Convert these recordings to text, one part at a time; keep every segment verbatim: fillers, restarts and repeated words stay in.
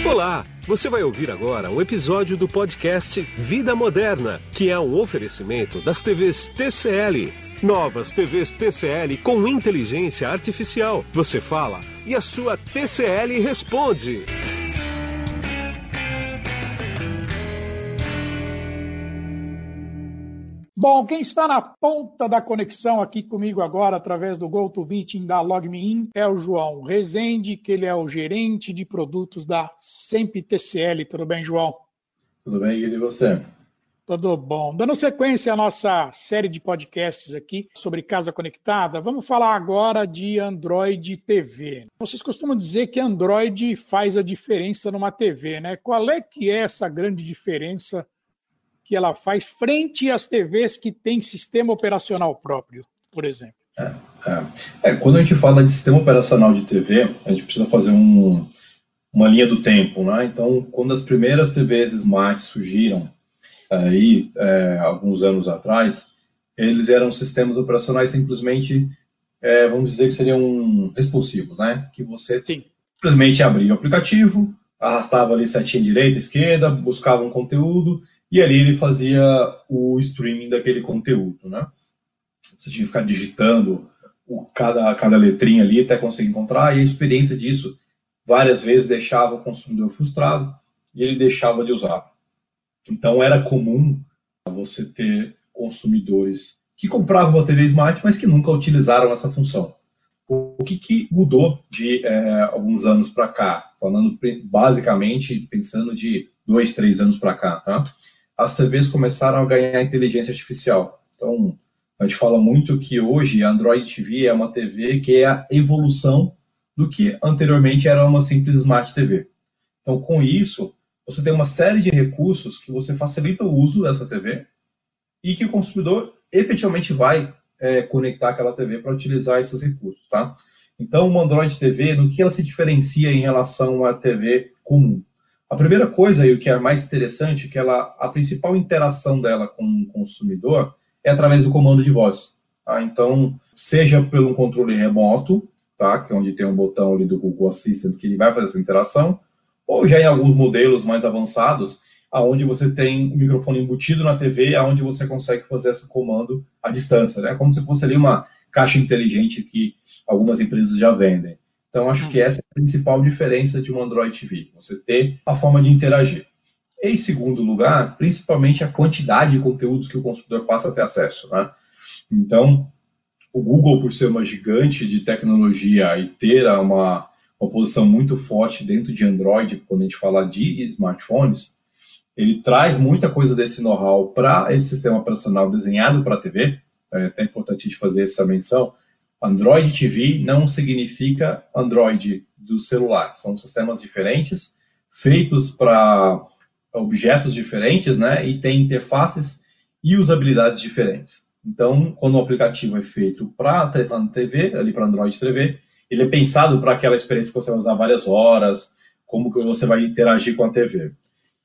Olá, você vai ouvir agora um episódio do podcast Vida Moderna, que é um oferecimento das T Vs T C L. Novas T Vs T C L com inteligência artificial. Você fala e a sua T C L responde. Bom, quem está na ponta da conexão aqui comigo agora, através do GoToMeeting da LogMeIn, é o João Rezende, que ele é o gerente de produtos da Sempre T C L. Tudo bem, João? Tudo bem, Guilherme, e você? Tudo bom. Dando sequência à nossa série de podcasts aqui sobre casa conectada, vamos falar agora de Android T V. Vocês costumam dizer que Android faz a diferença numa T V, né? Qual é que é essa grande diferença que ela faz frente às T Vs que têm sistema operacional próprio, por exemplo? É, é. É, quando a gente fala de sistema operacional de T V, a gente precisa fazer um, uma linha do tempo, né? Então, quando as primeiras T Vs Smart surgiram, aí, é, alguns anos atrás, eles eram sistemas operacionais simplesmente, é, vamos dizer que seriam responsivos, né? Que você Sim. simplesmente abria o aplicativo, arrastava ali setinha direita, esquerda, buscava um conteúdo, e ali ele fazia o streaming daquele conteúdo, né? Você tinha que ficar digitando o, cada, cada letrinha ali até conseguir encontrar, e a experiência disso várias vezes deixava o consumidor frustrado e ele deixava de usar. Então era comum você ter consumidores que compravam uma T V Smart, mas que nunca utilizaram essa função. O que, que mudou de é, alguns anos para cá? Falando basicamente, pensando de dois, três anos para cá, tá? As T Vs começaram a ganhar inteligência artificial. Então, a gente fala muito que hoje a Android T V é uma T V que é a evolução do que anteriormente era uma simples Smart T V. Então, com isso, você tem uma série de recursos que você facilita o uso dessa T V e que o consumidor efetivamente vai é, conectar aquela T V para utilizar esses recursos, tá? Então, uma Android T V, no que ela se diferencia em relação a uma T V comum? A primeira coisa, e o que é mais interessante, é que ela, a principal interação dela com o consumidor é através do comando de voz. Tá? Então, seja pelo controle remoto, tá? Que é onde tem um botão ali do Google Assistant que ele vai fazer essa interação, ou já em alguns modelos mais avançados, onde você tem um microfone embutido na T V, onde você consegue fazer esse comando à distância, né? Como se fosse ali uma caixa inteligente que algumas empresas já vendem. Então, acho que essa é a principal diferença de uma Android T V, você ter a forma de interagir. Em segundo lugar, principalmente a quantidade de conteúdos que o consumidor passa a ter acesso, né? Então, o Google, por ser uma gigante de tecnologia e ter uma, uma posição muito forte dentro de Android, quando a gente fala de smartphones, ele traz muita coisa desse know-how para esse sistema operacional desenhado para a T V. É até importante de fazer essa menção. Android T V não significa Android do celular. São sistemas diferentes, feitos para objetos diferentes, né? E tem interfaces e usabilidades diferentes. Então, quando o aplicativo é feito para a T V, ali para Android T V, ele é pensado para aquela experiência que você vai usar várias horas, como que você vai interagir com a T V.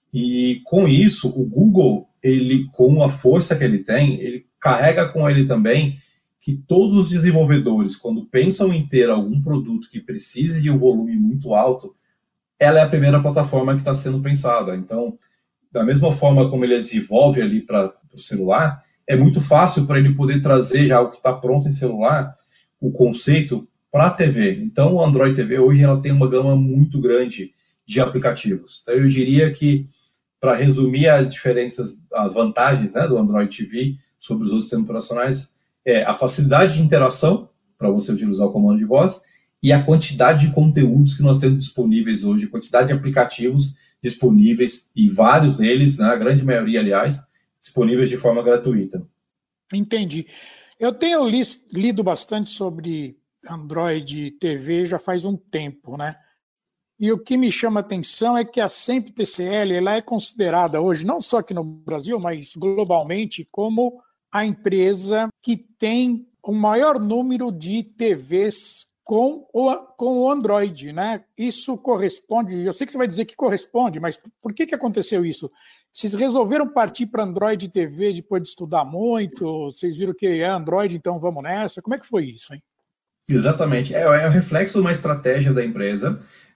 E com isso, o Google, ele, com a força que ele tem, ele carrega com ele também que todos os desenvolvedores, quando pensam em ter algum produto que precise de um volume muito alto, ela é a primeira plataforma que está sendo pensada. Então, da mesma forma como ele desenvolve ali para o celular, é muito fácil para ele poder trazer já o que está pronto em celular, o conceito, para a T V. Então, o Android T V hoje ela tem uma gama muito grande de aplicativos. Então, eu diria que, para resumir as diferenças, as vantagens, né, do Android T V sobre os outros sistemas operacionais, é a facilidade de interação para você utilizar o comando de voz e a quantidade de conteúdos que nós temos disponíveis hoje, a quantidade de aplicativos disponíveis e vários deles, né, a grande maioria, aliás, disponíveis de forma gratuita. Entendi. Eu tenho li, lido bastante sobre Android T V já faz um tempo, né? E o que me chama a atenção é que a Sempre T C L ela é considerada hoje, não só aqui no Brasil, mas globalmente, como a empresa que tem o maior número de T Vs com o, com o Android, né? Isso corresponde, eu sei que você vai dizer que corresponde, mas por que, que aconteceu isso? Vocês resolveram partir para Android T V depois de estudar muito? Vocês viram que é Android, então vamos nessa? Como é que foi isso, hein? Exatamente. É, é o reflexo de uma estratégia da empresa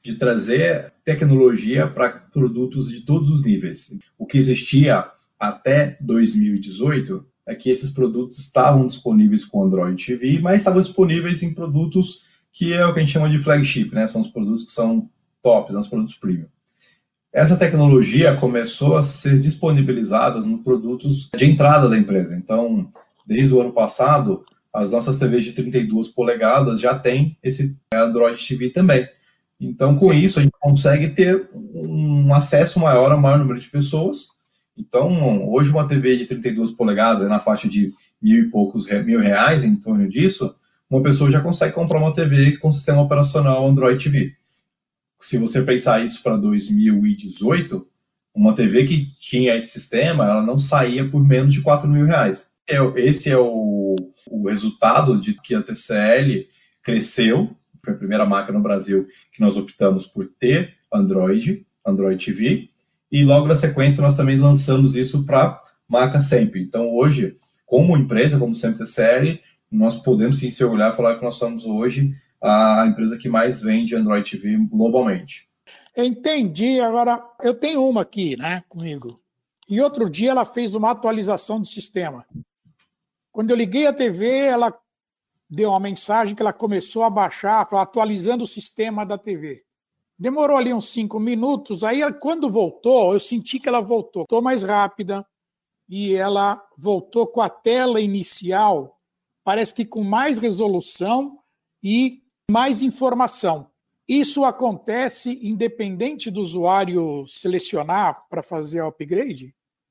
de trazer tecnologia para produtos de todos os níveis. O que existia até dois mil e dezoito é que esses produtos estavam disponíveis com Android T V, mas estavam disponíveis em produtos que é o que a gente chama de flagship, né? São os produtos que são tops, são os produtos premium. Essa tecnologia começou a ser disponibilizada nos produtos de entrada da empresa. Então, desde o ano passado, as nossas T Vs de trinta e duas polegadas já têm esse Android T V também. Então, com Sim. isso, a gente consegue ter um acesso maior a maior número de pessoas. Então, hoje uma T V de trinta e duas polegadas, na faixa de mil e poucos mil reais, em torno disso, uma pessoa já consegue comprar uma T V com sistema operacional Android T V. Se você pensar isso para dois mil e dezoito, uma T V que tinha esse sistema, ela não saía por menos de quatro mil reais. Esse é o, o resultado de que a T C L cresceu. Foi a primeira marca no Brasil que nós optamos por ter Android, Android T V, e logo na sequência nós também lançamos isso para marca Sempre. Então hoje, como empresa, como Sempre T C L, nós podemos sim se orgulhar e falar que nós somos hoje a empresa que mais vende Android T V globalmente. Entendi. Agora, eu tenho uma aqui, né, comigo. E outro dia ela fez uma atualização do sistema. Quando eu liguei a T V, ela deu uma mensagem que ela começou a baixar, atualizando o sistema da T V. Demorou ali uns cinco minutos, aí quando voltou, eu senti que ela voltou, voltou mais rápida, e ela voltou com a tela inicial, parece que com mais resolução e mais informação. Isso acontece independente do usuário selecionar para fazer o upgrade?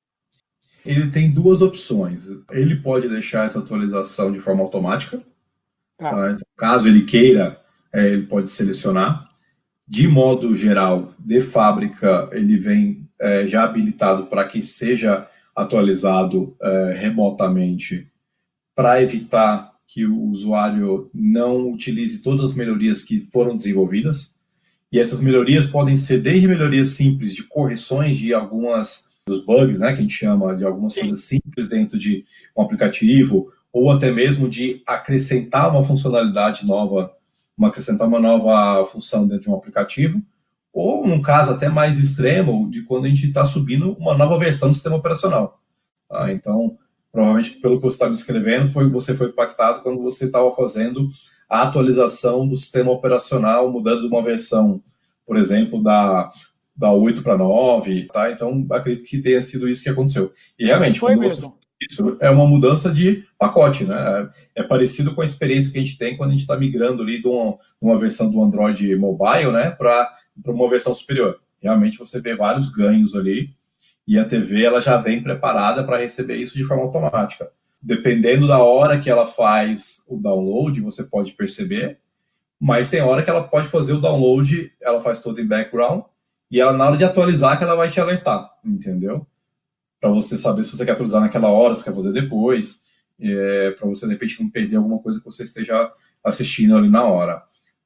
Ele tem duas opções. Ele pode deixar essa atualização de forma automática. Tá. Tá? Então, caso ele queira, é, ele pode selecionar. De modo geral, de fábrica, ele vem é, já habilitado para que seja atualizado é, remotamente, para evitar que o usuário não utilize todas as melhorias que foram desenvolvidas. E essas melhorias podem ser desde melhorias simples de correções de algumas dos bugs, né, que a gente chama de algumas Sim. coisas simples dentro de um aplicativo, ou até mesmo de acrescentar uma funcionalidade nova, uma, acrescentar uma nova função dentro de um aplicativo, ou num caso até mais extremo, de quando a gente está subindo uma nova versão do sistema operacional. Tá? Então, provavelmente, pelo que você está descrevendo, foi, você foi impactado quando você estava fazendo a atualização do sistema operacional, mudando de uma versão, por exemplo, da, da oito para nove. Tá? Então, acredito que tenha sido isso que aconteceu. E realmente, foi quando mesmo. Você, isso é uma mudança de pacote. Né? É parecido com a experiência que a gente tem quando a gente está migrando ali de uma, de uma versão do Android mobile, né, para uma versão superior. Realmente, você vê vários ganhos ali. E a T V ela já vem preparada para receber isso de forma automática. Dependendo da hora que ela faz o download, você pode perceber, mas tem hora que ela pode fazer o download, ela faz todo em background, e ela, na hora de atualizar, que ela vai te alertar, entendeu? Para você saber se você quer atualizar naquela hora, se quer fazer depois, é, para você, de repente, não perder alguma coisa que você esteja assistindo ali na hora.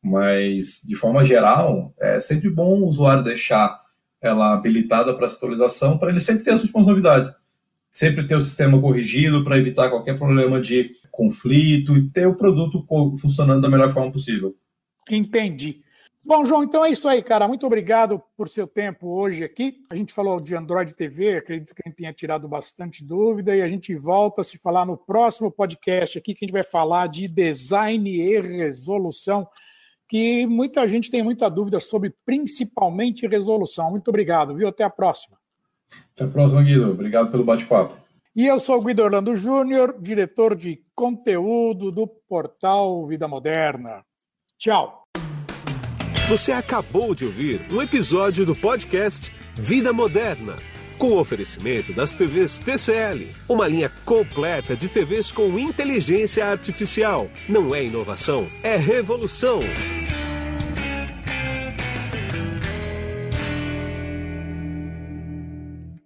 Mas, de forma geral, é sempre bom o usuário deixar ela habilitada para essa atualização, para ele sempre ter as últimas novidades. Sempre ter o sistema corrigido para evitar qualquer problema de conflito e ter o produto funcionando da melhor forma possível. Entendi. Bom, João, então é isso aí, cara. Muito obrigado por seu tempo hoje aqui. A gente falou de Android T V, acredito que a gente tenha tirado bastante dúvida, e a gente volta a se falar no próximo podcast aqui, que a gente vai falar de design e resolução, que muita gente tem muita dúvida sobre, principalmente resolução. Muito obrigado, viu? Até a próxima. Até a próxima, Guido. Obrigado pelo bate-papo. E eu sou o Guido Orlando Júnior, diretor de conteúdo do portal Vida Moderna. Tchau. Você acabou de ouvir um episódio do podcast Vida Moderna, com o oferecimento das T Vs T C L, uma linha completa de T Vs com inteligência artificial. Não é inovação, é revolução.